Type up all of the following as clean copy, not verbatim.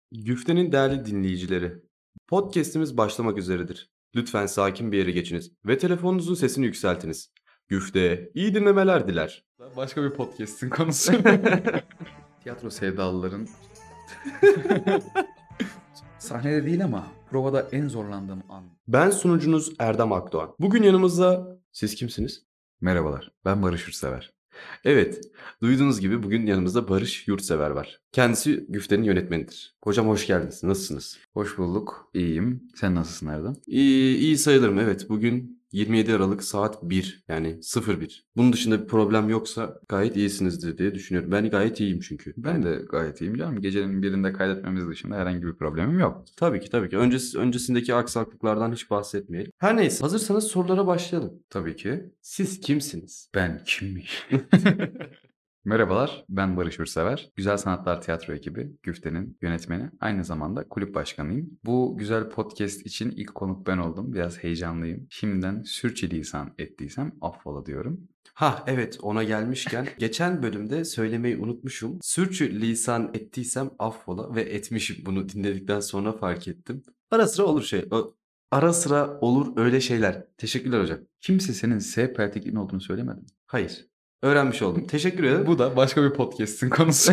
Güfte'nin değerli dinleyicileri, podcast'imiz başlamak üzeredir. Lütfen sakin bir yere geçiniz ve telefonunuzun sesini yükseltiniz. Güfte iyi dinlemeler diler. Başka bir podcast'in konusu. Tiyatro sevdalıların sahnede değil ama provada en zorlandığım an. Ben sunucunuz Erdem Akdoğan. Bugün yanımızda siz kimsiniz? Merhabalar, ben Barış Yurtsever. Evet, duyduğunuz gibi bugün yanımızda Barış Yurtsever var. Kendisi Güfte'nin yönetmenidir. Hocam hoş geldiniz. Nasılsınız? Hoş bulduk, iyiyim. Sen nasılsın Erdem? İyi sayılırım, evet. Bugün 27 Aralık saat 1, yani 01. Bunun dışında bir problem yoksa gayet iyisinizdir diye düşünüyorum. Ben gayet iyiyim çünkü. Ben de gayet iyiyim canım. Gecenin birinde kaydetmemiz dışında herhangi bir problemim yok. Tabii ki. Öncesindeki aksaklıklardan hiç bahsetmeyelim. Her neyse, hazırsanız sorulara başlayalım. Tabii ki. Siz kimsiniz? Ben kimim? Merhabalar, ben Barış Yurtsever. Güzel Sanatlar Tiyatro ekibi, Güfte'nin yönetmeni. Aynı zamanda kulüp başkanıyım. Bu güzel podcast için ilk konuk ben oldum. Biraz heyecanlıyım. Şimdiden sürçülisan ettiysem affola diyorum. Evet, ona gelmişken geçen bölümde söylemeyi unutmuşum. Sürçülisan ettiysem affola ve etmişim, bunu dinledikten sonra fark ettim. Ara sıra olur öyle şeyler. Teşekkürler hocam. Kimse senin S pertekliğin olduğunu söylemedi mi? Hayır. Öğrenmiş oldum. Teşekkür ederim. Bu da başka bir podcast'in konusu.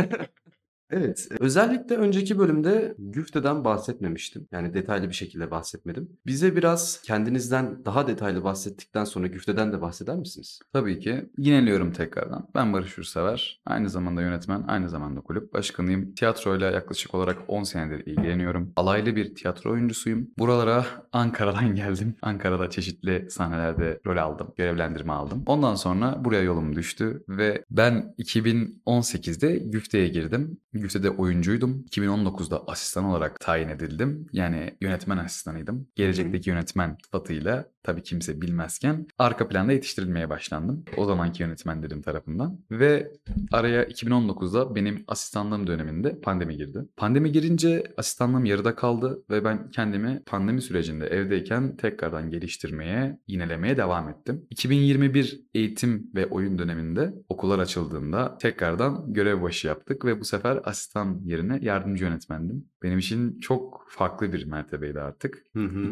Evet, özellikle önceki bölümde Güfte'den bahsetmemiştim. Yani detaylı bir şekilde bahsetmedim. Bize biraz kendinizden daha detaylı bahsettikten sonra Güfte'den de bahseder misiniz? Tabii ki. Yineliyorum tekrardan. Ben Barış Yurtsever. Aynı zamanda yönetmen, aynı zamanda kulüp başkanıyım. Tiyatroyla yaklaşık olarak 10 senedir ilgileniyorum. Alaylı bir tiyatro oyuncusuyum. Buralara Ankara'dan geldim. Ankara'da çeşitli sahnelerde rol aldım, görevlendirme aldım. Ondan sonra buraya yolum düştü ve ben 2018'de Güfte'ye girdim. Güfte'de oyuncuydum. 2019'da asistan olarak tayin edildim. Yani yönetmen asistanıydım. Gelecekteki yönetmen sıfatıyla tabii kimse bilmezken arka planda yetiştirilmeye başlandım. O zamanki yönetmenlerim tarafından. Ve araya 2019'da benim asistanlığım döneminde pandemi girdi. Pandemi girince asistanlığım yarıda kaldı ve ben kendimi pandemi sürecinde evdeyken tekrardan geliştirmeye, yinelemeye devam ettim. 2021 eğitim ve oyun döneminde okullar açıldığında tekrardan görev başı yaptık ve bu sefer asistan yerine yardımcı yönetmendim. Benim için çok farklı bir mertebeydi artık.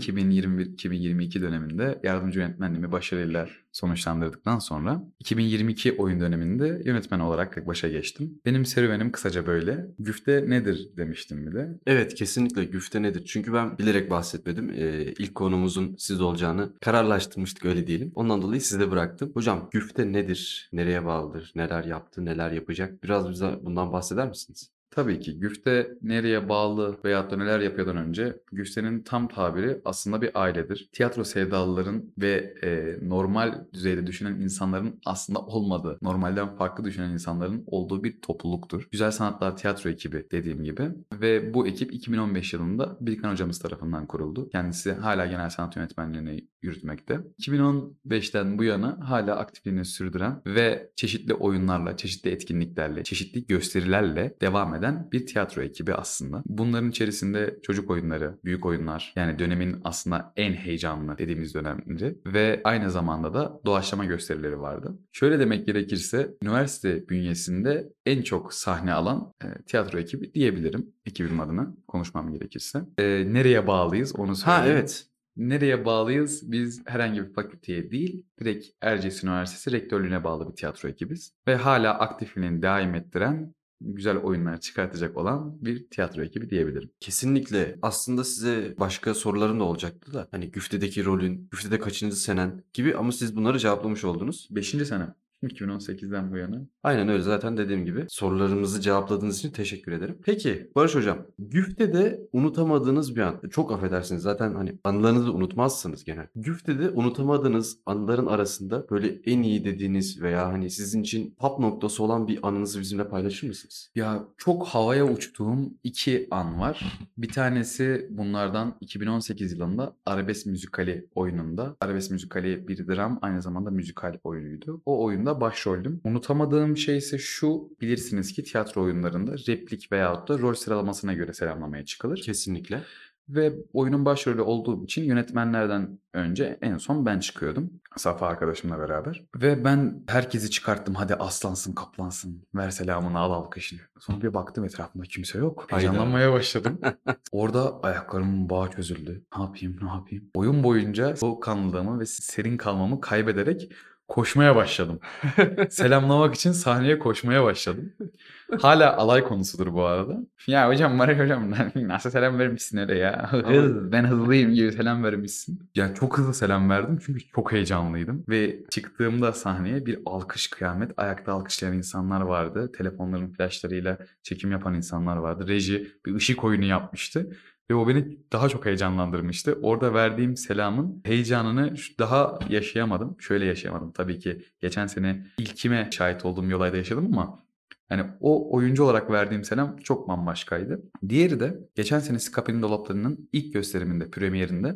2021-2022 döneminde yardımcı yönetmenliğimi başarıyla sonuçlandırdıktan sonra 2022 oyun döneminde yönetmen olarak başa geçtim. Benim serüvenim kısaca böyle. Güfte nedir demiştim bir de. Evet, kesinlikle Güfte nedir? Çünkü ben bilerek bahsetmedim. İlk konumuzun siz olacağını kararlaştırmıştık, öyle diyelim. Ondan dolayı size bıraktım. Hocam Güfte nedir? Nereye bağlıdır? Neler yaptı? Neler yapacak? Biraz bize bundan bahseder misiniz? Tabii ki Güfte nereye bağlı veyahut da neler yapıyordan önce Güfte'nin tam tabiri aslında bir ailedir. Tiyatro sevdalıların ve normal düzeyde düşünen insanların aslında olmadığı, normalden farklı düşünen insanların olduğu bir topluluktur. Güzel Sanatlar Tiyatro ekibi dediğim gibi ve bu ekip 2015 yılında Birkan hocamız tarafından kuruldu. Kendisi hala genel sanat yönetmenliğini yürütmekte. 2015'ten bu yana hala aktifliğini sürdüren ve çeşitli oyunlarla, çeşitli etkinliklerle, çeşitli gösterilerle devam eden bir tiyatro ekibi aslında. Bunların içerisinde çocuk oyunları, büyük oyunlar, yani dönemin aslında en heyecanlı dediğimiz dönemleri ve aynı zamanda da doğaçlama gösterileri vardı. Şöyle demek gerekirse üniversite bünyesinde en çok sahne alan tiyatro ekibi diyebilirim. Ekibim adına konuşmam gerekirse. Nereye bağlıyız onu söyleyeyim. Evet. Nereye bağlıyız? Biz herhangi bir fakülteye değil, direkt Erciyes Üniversitesi rektörlüğüne bağlı bir tiyatro ekibiz. Ve hala aktifliğini devam ettiren, güzel oyunlar çıkartacak olan bir tiyatro ekibi diyebilirim. Kesinlikle. Aslında size başka sorularım da olacaktı da. Hani Güfte'deki rolün, Güfte'de kaçıncı senen gibi, ama siz bunları cevaplamış oldunuz. 5. sene. 2018'den bu yana. Aynen öyle, zaten dediğim gibi. Sorularımızı cevapladığınız için teşekkür ederim. Peki Barış Hocam, Güfte'de unutamadığınız bir an. Çok affedersiniz, zaten hani anılarınızı unutmazsınız genel. Güfte'de unutamadığınız anıların arasında böyle en iyi dediğiniz veya hani sizin için tap noktası olan bir anınızı bizimle paylaşır mısınız? Ya çok havaya uçtuğum 2 an var. Bir tanesi bunlardan 2018 yılında Arabesk Müzikali oyununda. Arabesk Müzikali bir dram, aynı zamanda müzikal oyunuydu. O oyunda başroldüm. Unutamadığım şey ise şu: bilirsiniz ki tiyatro oyunlarında replik veyahut da rol sıralamasına göre selamlamaya çıkılır. Kesinlikle. Ve oyunun başrolü olduğum için yönetmenlerden önce en son ben çıkıyordum. Safa arkadaşımla beraber. Ve ben herkesi çıkarttım. Hadi aslansın, kaplansın. Ver selamını, al alkışını. Sonra bir baktım etrafımda kimse yok. Hayda. Heyecanlanmaya başladım. Orada ayaklarımın bağı çözüldü. Ne yapayım, ne yapayım? Oyun boyunca soğukkanlılığımı ve serin kalmamı kaybederek koşmaya başladım. Selamlamak için sahneye koşmaya başladım. Hala alay konusudur bu arada. Ya hocam Barış hocam nasıl selam vermişsin öyle ya? Ben hızlıyım gibi selam vermişsin. Yani çok hızlı selam verdim çünkü çok heyecanlıydım. Ve çıktığımda sahneye bir alkış kıyamet. Ayakta alkışlayan insanlar vardı. Telefonların flaşlarıyla çekim yapan insanlar vardı. Reji bir ışık oyunu yapmıştı. Ve o beni daha çok heyecanlandırmıştı. Orada verdiğim selamın heyecanını daha yaşayamadım. Şöyle yaşayamadım. Tabii ki geçen sene ilkime şahit olduğum bir olayda yaşadım ama yani o oyuncu olarak verdiğim selam çok bambaşkaydı. Diğeri de geçen sene Scapé'nin Dolapları'nın ilk gösteriminde, premierinde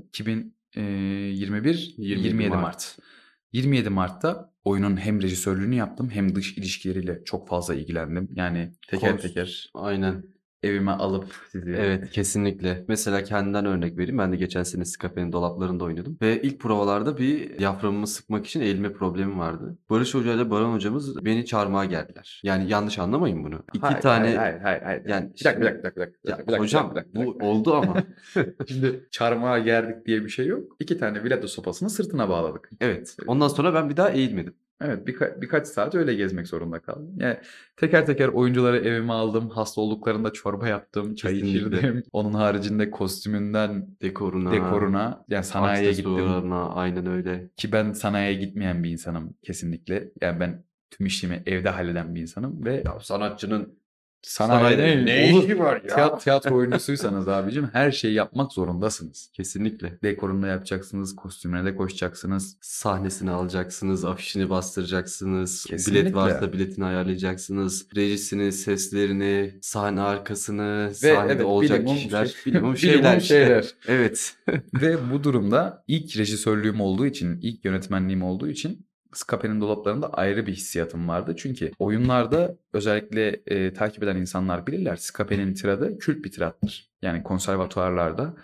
2021 27 Mart. 27 Mart'ta oyunun hem rejisörlüğünü yaptım hem dış ilişkileriyle çok fazla ilgilendim. Yani teker teker Aynen. evime alıp sizi... Evet, kesinlikle. Mesela kendimden örnek vereyim. Ben de geçen sene Scapé'nin Dolapları'nda oynadım. Ve ilk provalarda bir diyaframımı sıkmak için eğilme problemim vardı. Barış Hoca ile Baran hocamız beni çağırmaya geldiler. Yani yanlış anlamayın bunu. İki tane... Hayır. Yani Bir dakika. Ya hocam bu oldu ama. Şimdi çarmıha gerdik diye bir şey yok. 2 tane bilardo sopasını sırtına bağladık. Evet. Ondan sonra ben bir daha eğilmedim. Evet birkaç saat öyle gezmek zorunda kaldım. Yani teker teker oyuncuları evime aldım. Hasta olduklarında çorba yaptım. Çay Kesinlikle. içirdim. Onun haricinde kostümünden dekoruna yani sanayiye gittim. aksesuarına, aynen öyle. Ki ben sanayiye gitmeyen bir insanım kesinlikle. Yani ben tüm işimi evde halleden bir insanım ve Ya sanatçının sanayide ne işi var ya? Tiyatro oyuncusuysanız abicim her şeyi yapmak zorundasınız. Kesinlikle. Dekorunu da yapacaksınız, kostümüne de koşacaksınız. Sahnesini alacaksınız, afişini bastıracaksınız. Kesinlikle. Bilet varsa biletini ayarlayacaksınız. Rejisini, seslerini, sahne arkasını, Ve sahnede evet, olacak bilimum kişiler, şey- bilimum bilimum şeyler işte. şeyler. Evet. Ve bu durumda ilk rejisörlüğüm olduğu için, ilk yönetmenliğim olduğu için Scapé'nin Dolapları'nda ayrı bir hissiyatım vardı. Çünkü oyunlarda özellikle takip eden insanlar bilirler. Scapé'nin tiradı kült bir tirattır. Yani konservatuarlarda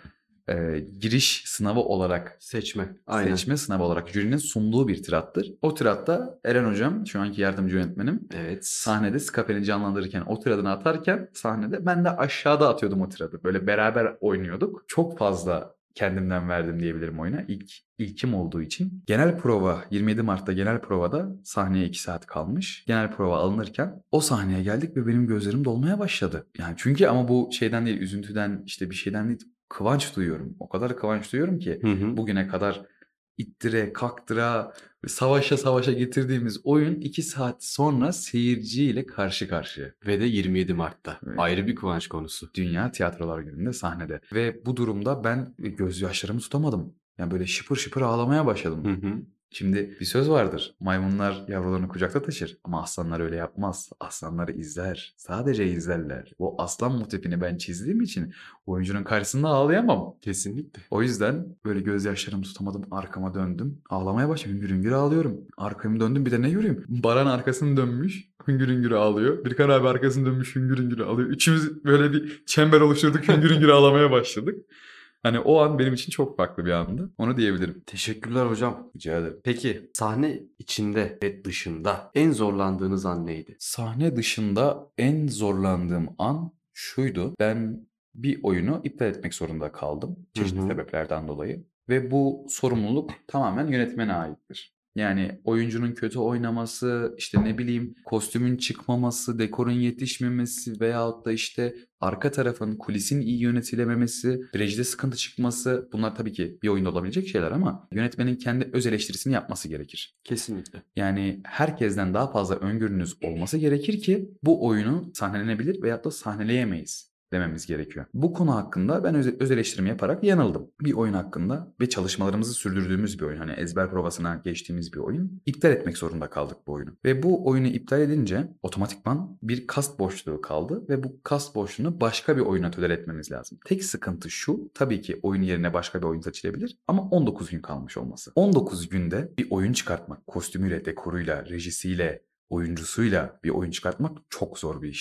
giriş sınavı olarak Seçme. Aynen. seçme sınavı olarak jürinin sunduğu bir tirattır. O tiratta Eren Hocam, şu anki yardımcı yönetmenim, Evet. sahnede Scapé'ni canlandırırken o tiradını atarken sahnede ben de aşağıda atıyordum o tiradı. Böyle beraber oynuyorduk. Çok fazla kendimden verdim diyebilirim oyuna. İlkim olduğu için. Genel prova 27 Mart'ta genel provada sahneye 2 saat kalmış. Genel prova alınırken o sahneye geldik ve benim gözlerim dolmaya başladı. Yani çünkü ama bu şeyden değil, üzüntüden işte bir şeyden değil. Kıvanç duyuyorum. O kadar kıvanç duyuyorum ki Hı. bugüne kadar ittire, kaktıra, savaşa getirdiğimiz oyun 2 saat sonra seyirciyle karşı karşıya. Ve de 27 Mart'ta. Evet. Ayrı bir kıvanç konusu. Dünya Tiyatrolar Günü'nde sahnede. Ve bu durumda ben gözyaşlarımı tutamadım. Yani böyle şıpır şıpır ağlamaya başladım. Hı. Şimdi bir söz vardır. Maymunlar yavrularını kucakta taşır. Ama aslanlar öyle yapmaz. Aslanları izler. Sadece izlerler. O aslan motifini ben çizdiğim için oyuncunun karşısında ağlayamam. Kesinlikle. O yüzden böyle gözyaşlarımı tutamadım. Arkama döndüm. Ağlamaya başladım. Hüngür hüngür ağlıyorum. Arkamı döndüm. Bir de ne göreyim? Baran arkasını dönmüş. Hüngür hüngür ağlıyor. Birkan abi arkasını dönmüş. Hüngür hüngür ağlıyor. Üçümüz böyle bir çember oluşturduk. Hüngür hüngür ağlamaya başladık. Hani o an benim için çok farklı bir andı. Onu diyebilirim. Teşekkürler hocam. Rica ederim. Peki sahne içinde ve dışında en zorlandığınız an neydi? Sahne dışında en zorlandığım an şuydu. Ben bir oyunu iptal etmek zorunda kaldım. Çeşitli Hı hı. sebeplerden dolayı. Ve bu sorumluluk tamamen yönetmene aittir. Yani oyuncunun kötü oynaması, işte ne bileyim kostümün çıkmaması, dekorun yetişmemesi veyahut da işte arka tarafın, kulisin iyi yönetilememesi, rejide sıkıntı çıkması, bunlar tabii ki bir oyunda olabilecek şeyler ama yönetmenin kendi öz eleştirisini yapması gerekir. Kesinlikle. Yani herkesten daha fazla öngörünüz olması gerekir ki bu oyunu sahnelenebilir veyahut da sahneleyemeyiz dememiz gerekiyor. Bu konu hakkında ben öz eleştirimi yaparak yanıldım. Bir oyun hakkında ve çalışmalarımızı sürdürdüğümüz bir oyun. Hani ezber provasına geçtiğimiz bir oyun. İptal etmek zorunda kaldık bu oyunu. Ve bu oyunu iptal edince otomatikman bir kast boşluğu kaldı ve bu kast boşluğunu başka bir oyuna tolere etmemiz lazım. Tek sıkıntı şu, tabii ki oyun yerine başka bir oyun seçilebilir ama 19 gün kalmış olması. 19 günde bir oyun çıkartmak, kostümüyle, dekoruyla, rejisiyle, oyuncusuyla bir oyun çıkartmak çok zor bir iştir.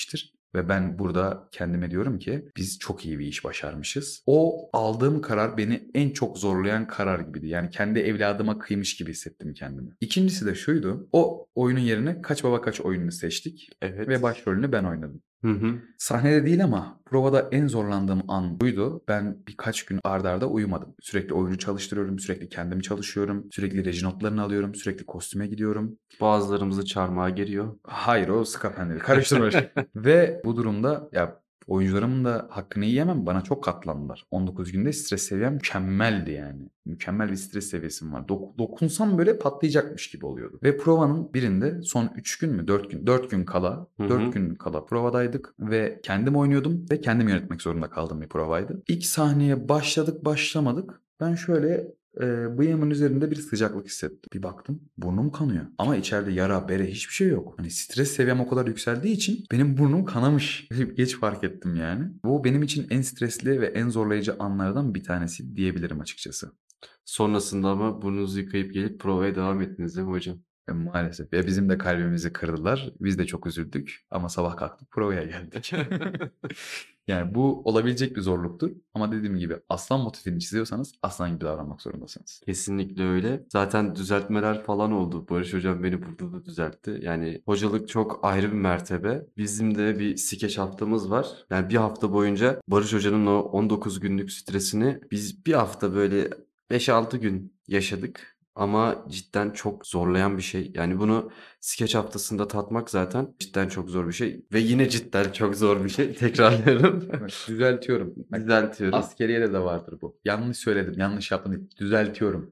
Ve ben burada kendime diyorum ki biz çok iyi bir iş başarmışız. O aldığım karar beni en çok zorlayan karar gibiydi. Yani kendi evladıma kıymış gibi hissettim kendimi. İkincisi de şuydu. O oyunun yerine Kaç Baba Kaç oyununu seçtik. Evet. Ve başrolünü ben oynadım. Hı hı. Sahnede değil ama provada en zorlandığım an buydu. Ben birkaç gün arda arda uyumadım. Sürekli oyuncu çalıştırıyorum, sürekli kendim çalışıyorum, sürekli reji notlarını alıyorum, sürekli kostüme gidiyorum. Bazılarımızı çarmıha giriyor. Hayır, o Skapendel. Karıştırma. Ve bu durumda ya oyuncularımın da hakkını yiyemem. Bana çok katlandılar. 19 günde stres seviyem mükemmeldi yani. Mükemmel bir stres seviyesim var. Dokunsam böyle patlayacakmış gibi oluyordu. Ve provanın birinde son 3 gün mü 4 gün 4 gün kala Hı hı. 4 gün kala provadaydık ve kendim oynuyordum ve kendim yönetmek zorunda kaldığım bir provaydı. İlk sahneye başlamadık. Ben şöyle bıyığımın üzerinde bir sıcaklık hissettim. Bir baktım burnum kanıyor. Ama içeride yara, bere hiçbir şey yok. Hani stres seviyem o kadar yükseldiği için benim burnum kanamış. Geç fark ettim yani. Bu benim için en stresli ve en zorlayıcı anlardan bir tanesi diyebilirim açıkçası. Sonrasında ama burnunuzu yıkayıp gelip provaya devam ettiniz değil mi hocam? Maalesef. Ya bizim de kalbimizi kırdılar. Biz de çok üzüldük. Ama sabah kalktık provaya geldik. Yani bu olabilecek bir zorluktur. Ama dediğim gibi aslan motifini çiziyorsanız aslan gibi davranmak zorundasınız. Kesinlikle öyle. Zaten düzeltmeler falan oldu. Barış hocam beni burada da düzeltti. Yani hocalık çok ayrı bir mertebe. Bizim de bir skeç haftamız var. Yani bir hafta boyunca Barış hocanın o 19 günlük stresini biz bir hafta böyle 5-6 gün yaşadık. Ama cidden çok zorlayan bir şey. Yani bunu skeç haftasında tatmak zaten cidden çok zor bir şey. Ve yine cidden çok zor bir şey. Tekrarlıyorum. Evet, düzeltiyorum. Bak, Düzeltiyorum. askeriyede de vardır bu. Yanlış söyledim, yanlış yaptım. Değil. Düzeltiyorum.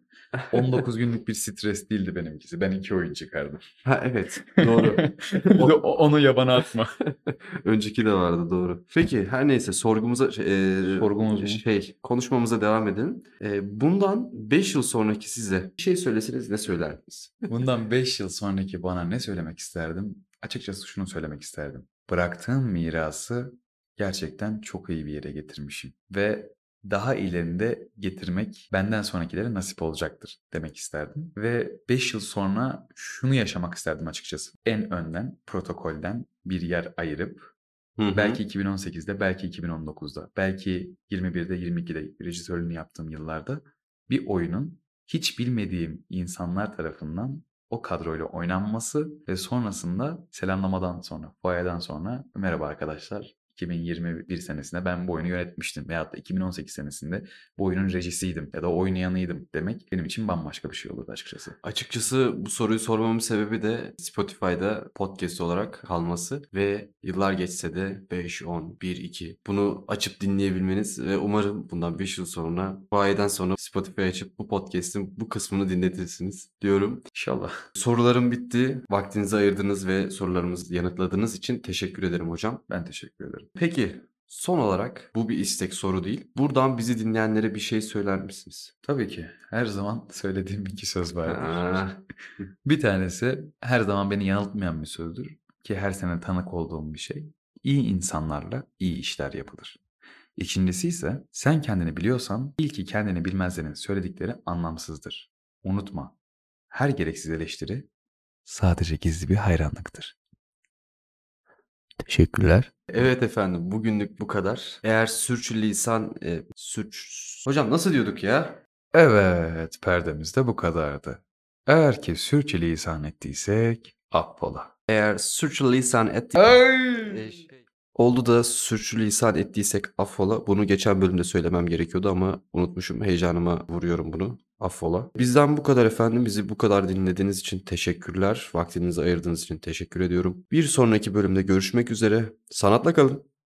19 günlük bir stres değildi benimkisi. Ben 2 oyun çıkardım. Ha evet, doğru. Bir de onu yabana atma. Önceki de vardı, doğru. Peki her neyse sorgumuza Sorgumuz mu? konuşmamıza devam edelim. Bundan 5 yıl sonraki size bir şey söyleseniz ne söylerdiniz? Bundan 5 yıl sonraki bana ne söylemek isterdim? Açıkçası şunu söylemek isterdim. Bıraktığım mirası gerçekten çok iyi bir yere getirmişim. Ve daha ilerinde getirmek benden sonrakilere nasip olacaktır demek isterdim. Ve 5 yıl sonra şunu yaşamak isterdim açıkçası. En önden, protokolden bir yer ayırıp Hı hı. belki 2018'de, belki 2019'da, belki 21'de, 22'de rejisörlüğünü yaptığım yıllarda bir oyunun hiç bilmediğim insanlar tarafından o kadroyla oynanması ve sonrasında selamlamadan sonra, foya'dan sonra merhaba arkadaşlar 2021 senesinde ben bu oyunu yönetmiştim veyahut da 2018 senesinde bu oyunun rejisiydim ya da oynayanıydım demek benim için bambaşka bir şey olurdu açıkçası. Açıkçası bu soruyu sormamın sebebi de Spotify'da podcast olarak kalması ve yıllar geçse de 5, 10, 1, 2 bunu açıp dinleyebilmeniz ve umarım bundan 5 yıl sonra bu aydan sonra Spotify açıp bu podcast'in bu kısmını dinletirsiniz diyorum. İnşallah. Sorularım bitti. Vaktinizi ayırdınız ve sorularımızı yanıtladığınız için teşekkür ederim hocam. Ben teşekkür ederim. Peki son olarak bu bir istek soru değil. Buradan bizi dinleyenlere bir şey söyler misiniz? Tabii ki. Her zaman söylediğim 2 söz vardır. Ha. Bir tanesi her zaman beni yanıltmayan bir sözdür ki her sene tanık olduğum bir şey. İyi insanlarla iyi işler yapılır. İkincisi ise sen kendini biliyorsan bil ki kendini bilmezlerin söyledikleri anlamsızdır. Unutma. Her gereksiz eleştiri sadece gizli bir hayranlıktır. Teşekkürler. Evet efendim, bugünlük bu kadar. Eğer sürçülisan hocam nasıl diyorduk ya? Evet, perdemiz de bu kadardı. Eğer ki sürçülisan ettiysek affola. Eğer sürçülisan oldu da sürçülisan ettiysek affola. Bunu geçen bölümde söylemem gerekiyordu ama unutmuşum. Heyecanıma vuruyorum bunu. Affola. Bizden bu kadar efendim. Bizi bu kadar dinlediğiniz için teşekkürler. Vaktinizi ayırdığınız için teşekkür ediyorum. Bir sonraki bölümde görüşmek üzere. Sanatla kalın.